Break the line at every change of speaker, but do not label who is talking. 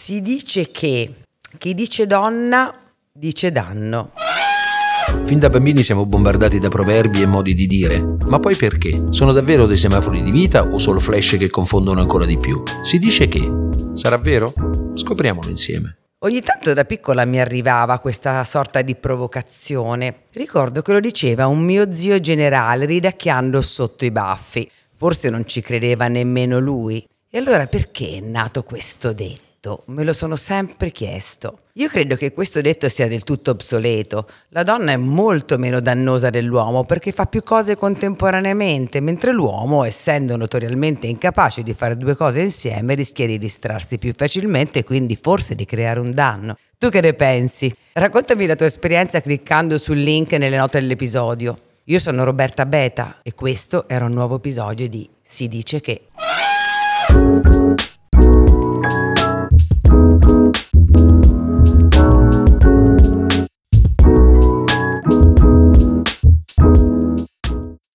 Si dice che chi dice donna dice danno.
Fin da bambini siamo bombardati da proverbi e modi di dire, ma poi perché? Sono davvero dei semafori di vita o solo flash che confondono ancora di più? Si dice che. Sarà vero? Scopriamolo insieme.
Ogni tanto da piccola mi arrivava questa sorta di provocazione. Ricordo che lo diceva un mio zio generale ridacchiando sotto i baffi. Forse non ci credeva nemmeno lui. E allora perché è nato questo detto? Me lo sono sempre chiesto. Io credo che questo detto sia del tutto obsoleto. La donna è molto meno dannosa dell'uomo perché fa più cose contemporaneamente, mentre l'uomo, essendo notoriamente incapace di fare due cose insieme, rischia di distrarsi più facilmente e quindi forse di creare un danno. Tu che ne pensi? Raccontami la tua esperienza cliccando sul link nelle note dell'episodio. Io sono Roberta Beta e questo era un nuovo episodio di Si dice che.